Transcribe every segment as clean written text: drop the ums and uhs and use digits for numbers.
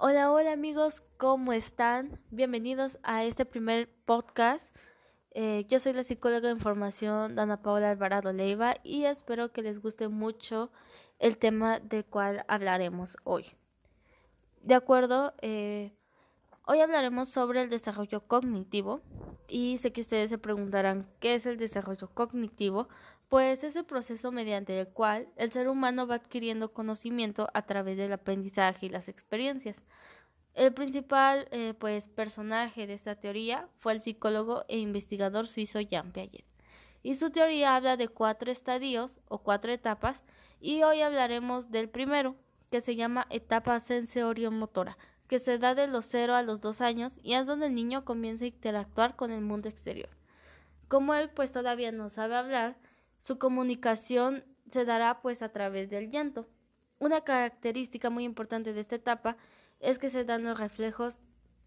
Hola, hola amigos, ¿cómo están? Bienvenidos a este primer podcast. Yo soy la psicóloga en formación Dana Paula Alvarado Leiva y espero que les guste mucho el tema del cual hablaremos hoy. De acuerdo, hoy hablaremos sobre el desarrollo cognitivo y sé que ustedes se preguntarán ¿qué es el desarrollo cognitivo? Pues es el proceso mediante el cual el ser humano va adquiriendo conocimiento a través del aprendizaje y las experiencias. El principal personaje de esta teoría fue el psicólogo e investigador suizo Jean Piaget. Y su teoría habla de 4 estadios o 4 etapas y hoy hablaremos del primero, que se llama etapa sensorio-motora, que se da de los 0 a los 2 años y es donde el niño comienza a interactuar con el mundo exterior. Como él pues todavía no sabe hablar, su comunicación se dará pues a través del llanto. Una característica muy importante de esta etapa es que se dan los reflejos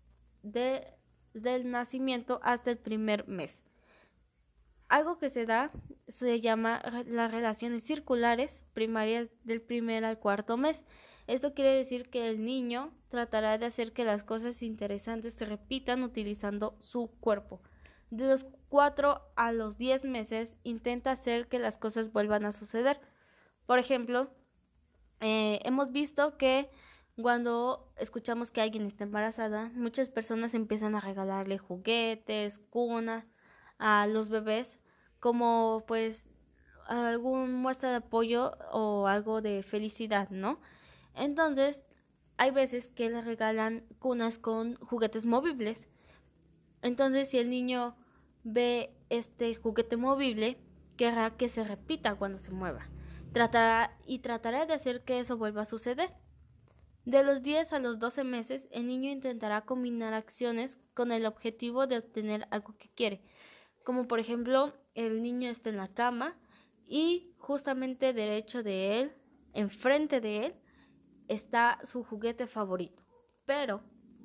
del nacimiento hasta el primer mes. Algo que se da se llama las relaciones circulares primarias del primer al cuarto mes. Esto quiere decir que el niño tratará de hacer que las cosas interesantes se repitan utilizando su cuerpo. De los 4 a los 10 meses intenta hacer que las cosas vuelvan a suceder. Por ejemplo, hemos visto que cuando escuchamos que alguien está embarazada, muchas personas empiezan a regalarle juguetes, cunas a los bebés como pues algún muestra de apoyo o algo de felicidad, ¿no? Entonces, hay veces que le regalan cunas con juguetes movibles. Entonces, si el niño ve este juguete movible, querrá que se repita cuando se mueva. Tratará de hacer que eso vuelva a suceder. De los 10 a los 12 meses, el niño intentará combinar acciones con el objetivo de obtener algo que quiere. Como por ejemplo, el niño está en la cama y justamente derecho de él, enfrente de él, está su juguete favorito. Pero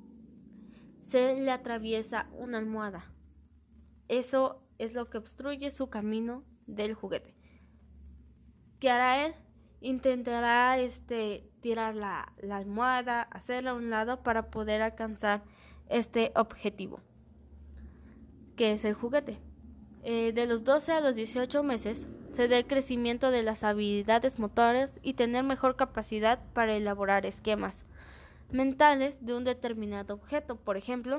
se le atraviesa una almohada. Eso es lo que obstruye su camino del juguete. ¿Qué hará él? Intentará tirar la almohada, hacerla a un lado para poder alcanzar este objetivo, que es el juguete. De los 12 a los 18 meses se da el crecimiento de las habilidades motoras y tener mejor capacidad para elaborar esquemas mentales de un determinado objeto. Por ejemplo,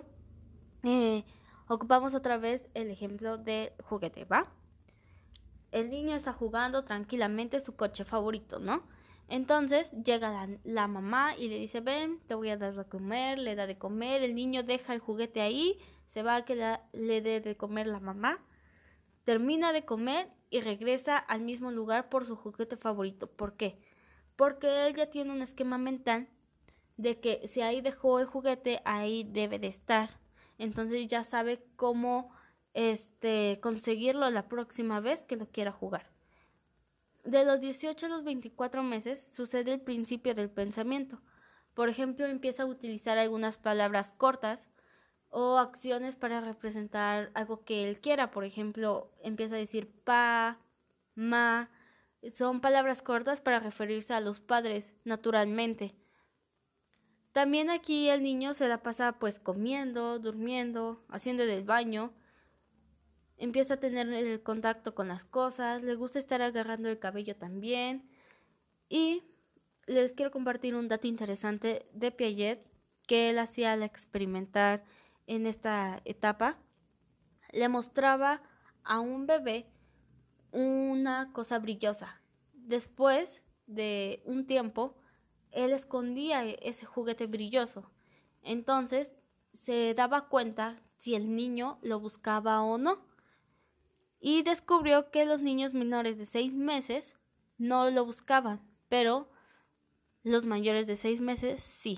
ocupamos otra vez el ejemplo del juguete, ¿va? El niño está jugando tranquilamente su coche favorito, ¿no? Entonces llega la mamá y le dice, ven, te voy a dar de comer, le da de comer, el niño deja el juguete ahí, se va a que le dé de comer la mamá, termina de comer y regresa al mismo lugar por su juguete favorito. ¿Por qué? Porque él ya tiene un esquema mental de que si ahí dejó el juguete, ahí debe de estar. Entonces ya sabe cómo conseguirlo la próxima vez que lo quiera jugar. De los 18 a los 24 meses sucede el principio del pensamiento. Por ejemplo, empieza a utilizar algunas palabras cortas o acciones para representar algo que él quiera. Por ejemplo, empieza a decir pa, ma. Son palabras cortas para referirse a los padres, naturalmente. También aquí el niño se la pasa pues comiendo, durmiendo, haciendo del baño. Empieza a tener el contacto con las cosas, le gusta estar agarrando el cabello también. Y les quiero compartir un dato interesante de Piaget que él hacía al experimentar en esta etapa. Le mostraba a un bebé una cosa brillosa. Después de un tiempo, él escondía ese juguete brilloso. Entonces se daba cuenta si el niño lo buscaba o no. Y descubrió que los niños menores de 6 meses no lo buscaban, pero los mayores de 6 meses sí.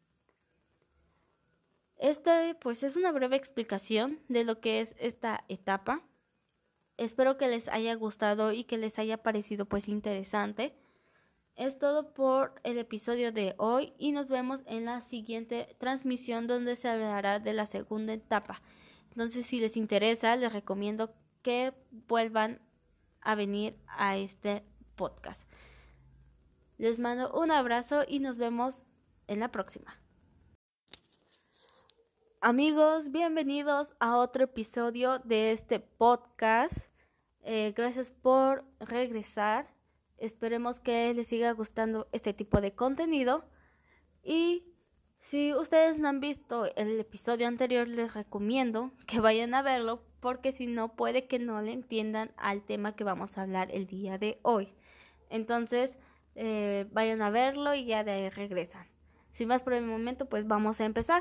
Pues es una breve explicación de lo que es esta etapa. Espero que les haya gustado y que les haya parecido pues interesante. Es todo por el episodio de hoy y nos vemos en la siguiente transmisión donde se hablará de la segunda etapa. Entonces, si les interesa, les recomiendo que vuelvan a venir a este podcast. Les mando un abrazo y nos vemos en la próxima. Amigos, bienvenidos a otro episodio de este podcast. Gracias por regresar. Esperemos que les siga gustando este tipo de contenido. Y si ustedes no han visto el episodio anterior, les recomiendo que vayan a verlo, porque si no, puede que no le entiendan al tema que vamos a hablar el día de hoy. Entonces, vayan a verlo y ya de ahí regresan. Sin más por el momento, pues vamos a empezar.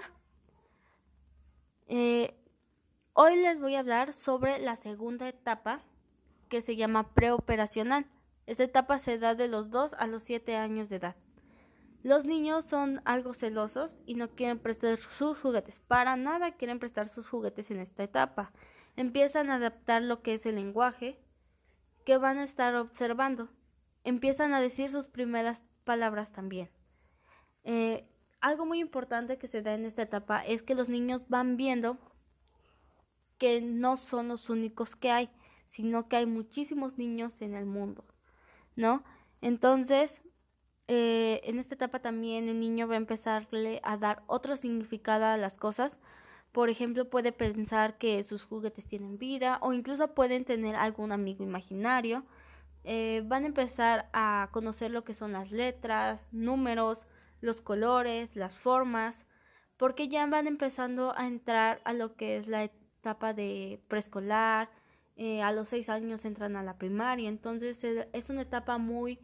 Hoy les voy a hablar sobre la segunda etapa, que se llama preoperacional. Esta etapa se da de los 2 a los 7 años de edad. Los niños son algo celosos y no quieren prestar sus juguetes. Para nada quieren prestar sus juguetes en esta etapa. Empiezan a adaptar lo que es el lenguaje que van a estar observando. Empiezan a decir sus primeras palabras también. Algo muy importante que se da en esta etapa es que los niños van viendo que no son los únicos que hay, sino que hay muchísimos niños en el mundo, ¿no? Entonces, en esta etapa también el niño va a empezarle a dar otro significado a las cosas. Por ejemplo, puede pensar que sus juguetes tienen vida, o incluso pueden tener algún amigo imaginario. Van a empezar a conocer lo que son las letras, números, los colores, las formas, porque ya van empezando a entrar a lo que es la etapa de preescolar. A los 6 años entran a la primaria. Entonces es una etapa muy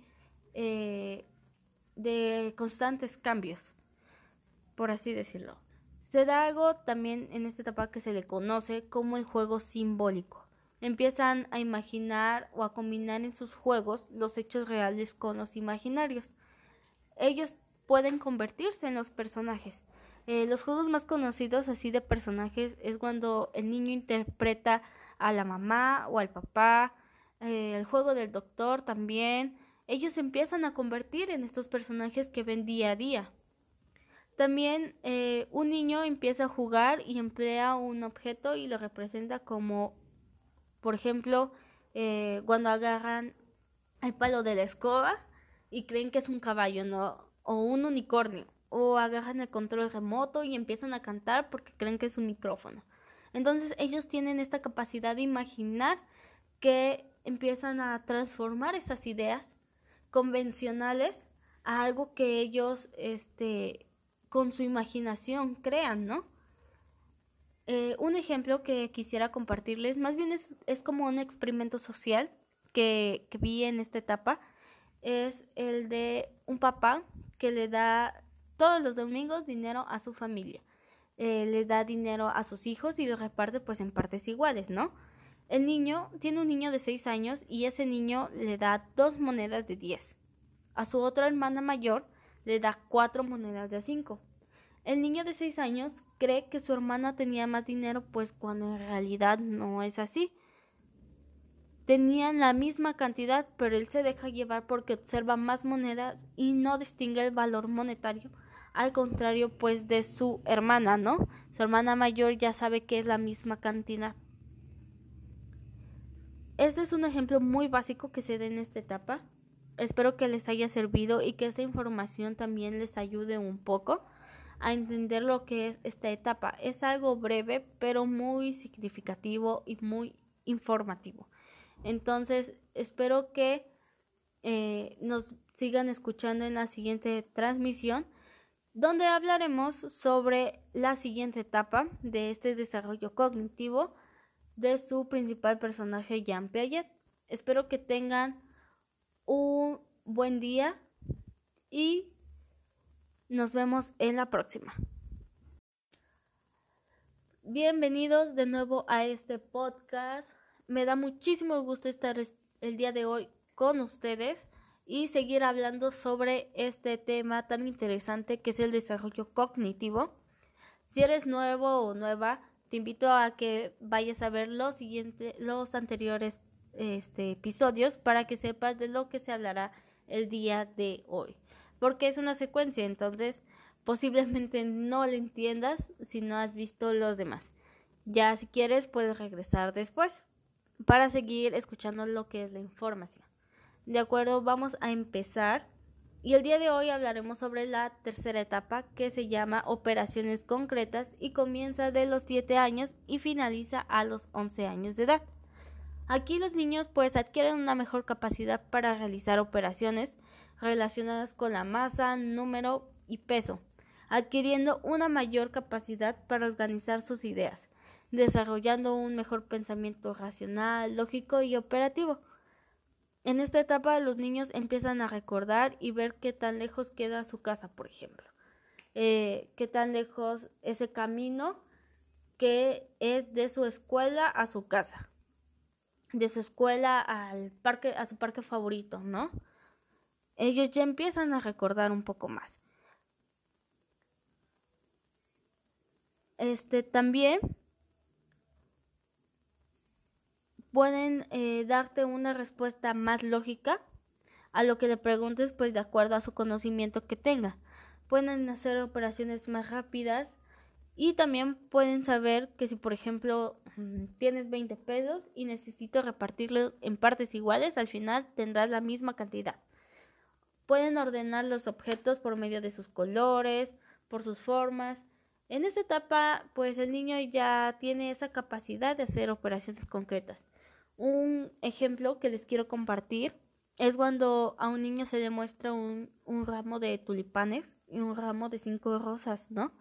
de constantes cambios, por así decirlo. Se da algo también en esta etapa que se le conoce como el juego simbólico. Empiezan a imaginar o a combinar en sus juegos los hechos reales con los imaginarios. Ellos pueden convertirse en los personajes. Los juegos más conocidos así de personajes es cuando el niño interpreta a la mamá o al papá. El juego del doctor también. Ellos empiezan a convertir en estos personajes que ven día a día. También un niño empieza a jugar y emplea un objeto y lo representa como, por ejemplo, cuando agarran el palo de la escoba y creen que es un caballo, ¿no? O un unicornio. O agarran el control remoto y empiezan a cantar porque creen que es un micrófono. Entonces ellos tienen esta capacidad de imaginar, que empiezan a transformar esas ideas convencionales a algo que ellos con su imaginación crean, ¿no? Un ejemplo que quisiera compartirles, más bien es como un experimento social que vi en esta etapa, es el de un papá que le da todos los domingos dinero a su familia. Le da dinero a sus hijos y lo reparte pues en partes iguales, ¿no? El niño tiene un niño de 6 años y ese niño le da 2 monedas de 10. A su otra hermana mayor le da 4 monedas de 5. El niño de 6 años cree que su hermana tenía más dinero, pues cuando en realidad no es así. Tenían la misma cantidad, pero él se deja llevar porque observa más monedas y no distingue el valor monetario, al contrario pues de su hermana, ¿no? Su hermana mayor ya sabe que es la misma cantidad. Este es un ejemplo muy básico que se da en esta etapa. Espero que les haya servido y que esta información también les ayude un poco a entender lo que es esta etapa. Es algo breve, pero muy significativo y muy informativo. Entonces, espero que nos sigan escuchando en la siguiente transmisión, donde hablaremos sobre la siguiente etapa de este desarrollo cognitivo de su principal personaje, Jean Piaget. Espero que tengan un buen día y nos vemos en la próxima. Bienvenidos de nuevo a este podcast. Me da muchísimo gusto estar el día de hoy con ustedes y seguir hablando sobre este tema tan interesante que es el desarrollo cognitivo. Si eres nuevo o nueva, te invito a que vayas a ver los anteriores episodios para que sepas de lo que se hablará el día de hoy, porque es una secuencia, entonces posiblemente no lo entiendas si no has visto los demás. Ya si quieres puedes regresar después para seguir escuchando lo que es la información. De acuerdo, vamos a empezar Y el día de hoy hablaremos sobre la tercera etapa, que se llama operaciones concretas y comienza de los 7 años y finaliza a los 11 años de edad. Aquí los niños pues adquieren una mejor capacidad para realizar operaciones relacionadas con la masa, número y peso, adquiriendo una mayor capacidad para organizar sus ideas, desarrollando un mejor pensamiento racional, lógico y operativo. En esta etapa los niños empiezan a recordar y ver qué tan lejos queda su casa, por ejemplo, qué tan lejos ese camino que es de su escuela a su casa, de su escuela al parque, a su parque favorito, ¿no? Ellos ya empiezan a recordar un poco más. También pueden darte una respuesta más lógica a lo que le preguntes, pues de acuerdo a su conocimiento que tenga. Pueden hacer operaciones más rápidas y también pueden saber que si, por ejemplo, tienes 20 pesos y necesito repartirlos en partes iguales, al final tendrás la misma cantidad. Pueden ordenar los objetos por medio de sus colores, por sus formas. En esta etapa, pues el niño ya tiene esa capacidad de hacer operaciones concretas. Un ejemplo que les quiero compartir es cuando a un niño se le muestra un ramo de tulipanes y un ramo de 5 rosas, ¿no?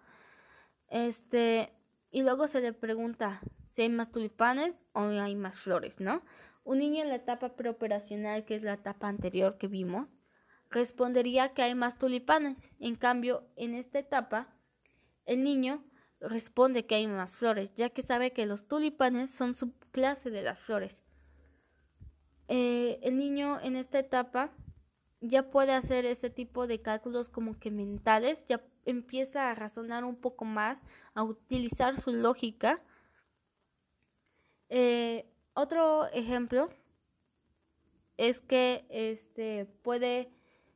Y luego se le pregunta si hay más tulipanes o hay más flores, ¿no? Un niño en la etapa preoperacional, que es la etapa anterior que vimos, respondería que hay más tulipanes. En cambio, en esta etapa, el niño responde que hay más flores, ya que sabe que los tulipanes son subclase de las flores. El niño en esta etapa ya puede hacer ese tipo de cálculos como que mentales, ya empieza a razonar un poco más, a utilizar su lógica. Otro ejemplo es que puede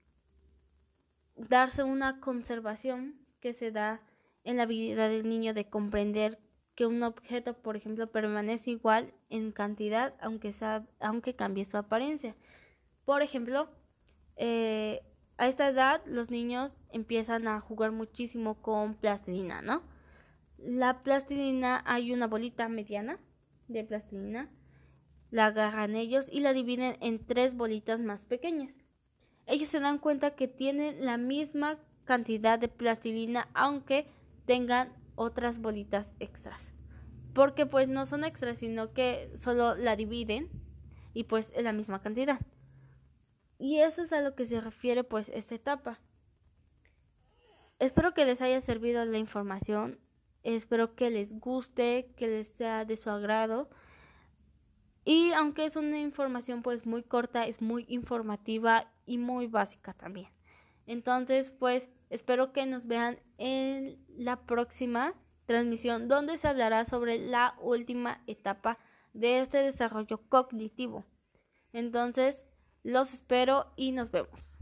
darse una conservación que se da en la habilidad del niño de comprender que un objeto, por ejemplo, permanece igual en cantidad aunque cambie su apariencia. Por ejemplo, a esta edad los niños empiezan a jugar muchísimo con plastilina, ¿no? La plastilina, hay una bolita mediana de plastilina, la agarran ellos y la dividen en 3 bolitas más pequeñas. Ellos se dan cuenta que tienen la misma cantidad de plastilina aunque tengan otras bolitas extras, porque pues no son extras, sino que solo la dividen y pues es la misma cantidad. Y eso es a lo que se refiere pues esta etapa. Espero que les haya servido la información, espero que les guste, que les sea de su agrado. Y aunque es una información pues muy corta, es muy informativa y muy básica también. Entonces pues espero que nos vean en la próxima transmisión, donde se hablará sobre la última etapa de este desarrollo cognitivo. Entonces los espero y nos vemos.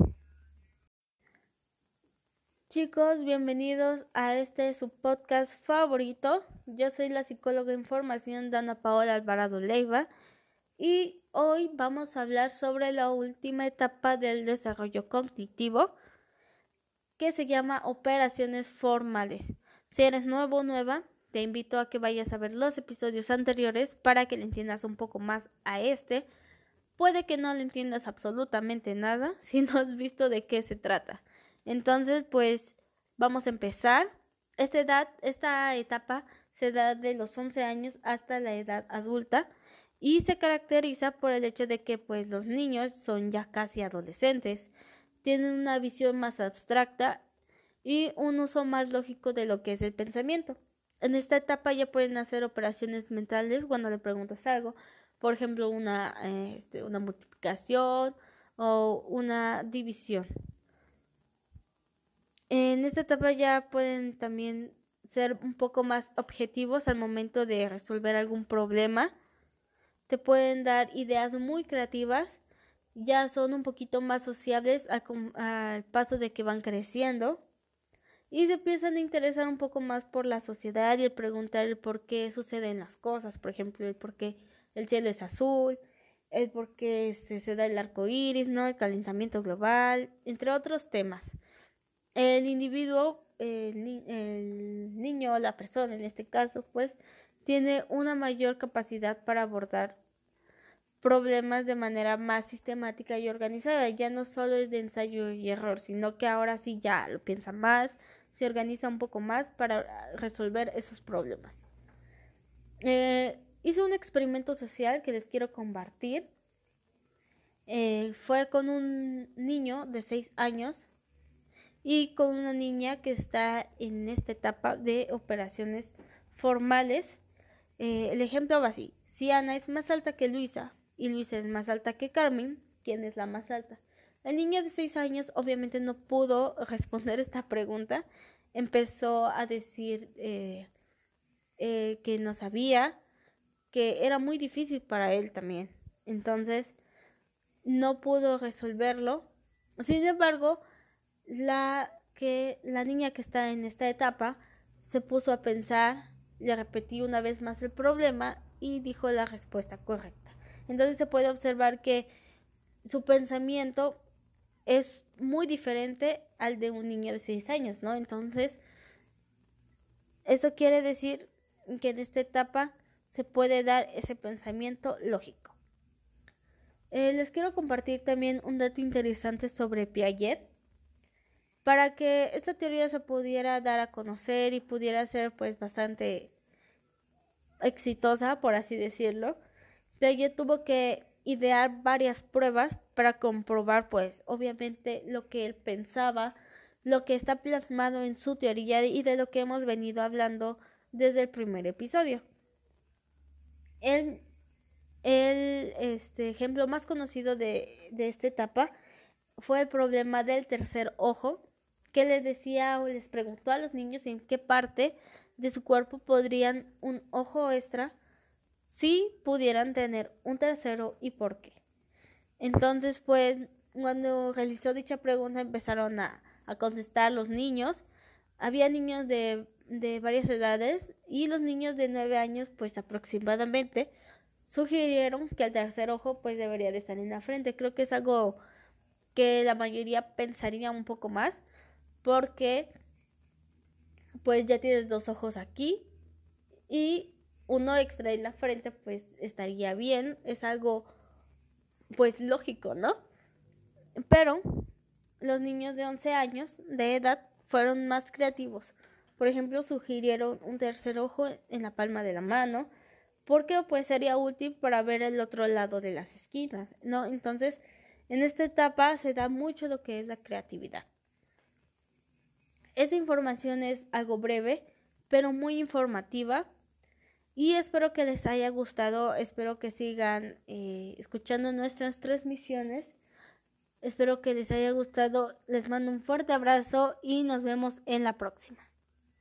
Chicos, bienvenidos a su podcast favorito. Yo soy la psicóloga en formación Dana Paola Alvarado Leiva. Y hoy vamos a hablar sobre la última etapa del desarrollo cognitivo, que se llama operaciones formales. Si eres nuevo o nueva, te invito a que vayas a ver los episodios anteriores para que le entiendas un poco más a este. Puede que no le entiendas absolutamente nada si no has visto de qué se trata. Entonces, pues vamos a empezar. Esta etapa se da de los 11 años hasta la edad adulta. Y se caracteriza por el hecho de que pues los niños son ya casi adolescentes, tienen una visión más abstracta y un uso más lógico de lo que es el pensamiento. En esta etapa ya pueden hacer operaciones mentales cuando le preguntas algo, por ejemplo una multiplicación o una división. En esta etapa ya pueden también ser un poco más objetivos al momento de resolver algún problema. Te pueden dar ideas muy creativas, ya son un poquito más sociables al paso de que van creciendo y se empiezan a interesar un poco más por la sociedad y el preguntar el por qué suceden las cosas, por ejemplo, el por qué el cielo es azul, el por qué se da el arco iris, ¿no? El calentamiento global, entre otros temas. El individuo, el niño o la persona en este caso, pues tiene una mayor capacidad para abordar problemas de manera más sistemática y organizada. Ya no solo es de ensayo y error, sino que ahora sí ya lo piensa más, se organiza un poco más para resolver esos problemas. Hice un experimento social que les quiero compartir. Fue con un niño de 6 años y con una niña que está en esta etapa de operaciones formales. El ejemplo va así: si Ana es más alta que Luisa y Luisa es más alta que Carmen, ¿quién es la más alta? La niña de 6 años obviamente no pudo responder esta pregunta. Empezó a decir que no sabía, que era muy difícil para él también. Entonces no pudo resolverlo. Sin embargo, la niña que está en esta etapa se puso a pensar, le repetí una vez más el problema y dijo la respuesta correcta. Entonces se puede observar que su pensamiento es muy diferente al de un niño de 6 años, ¿no? Entonces, eso quiere decir que en esta etapa se puede dar ese pensamiento lógico. Les quiero compartir también un dato interesante sobre Piaget, para que esta teoría se pudiera dar a conocer y pudiera ser pues bastante exitosa, por así decirlo. Piaget tuvo que idear varias pruebas para comprobar pues obviamente lo que él pensaba, lo que está plasmado en su teoría y de lo que hemos venido hablando desde el primer episodio. El ejemplo más conocido de esta etapa fue el problema del tercer ojo, que les decía o les preguntó a los niños en qué parte de su cuerpo podrían un ojo extra si pudieran tener un tercero y por qué. Entonces, pues, cuando realizó dicha pregunta empezaron a contestar los niños. Había niños de varias edades y los niños de 9 años, pues aproximadamente, sugirieron que el tercer ojo pues debería de estar en la frente. Creo que es algo que la mayoría pensaría un poco más, porque pues ya tienes 2 ojos aquí y uno extra en la frente pues estaría bien, es algo pues lógico, ¿no? Pero los niños de 11 años de edad fueron más creativos. Por ejemplo, sugirieron un tercer ojo en la palma de la mano, porque pues sería útil para ver el otro lado de las esquinas, ¿no? Entonces, en esta etapa se da mucho lo que es la creatividad. Esa información es algo breve, pero muy informativa. Y espero que les haya gustado, espero que sigan escuchando nuestras transmisiones. Espero que les haya gustado, les mando un fuerte abrazo y nos vemos en la próxima.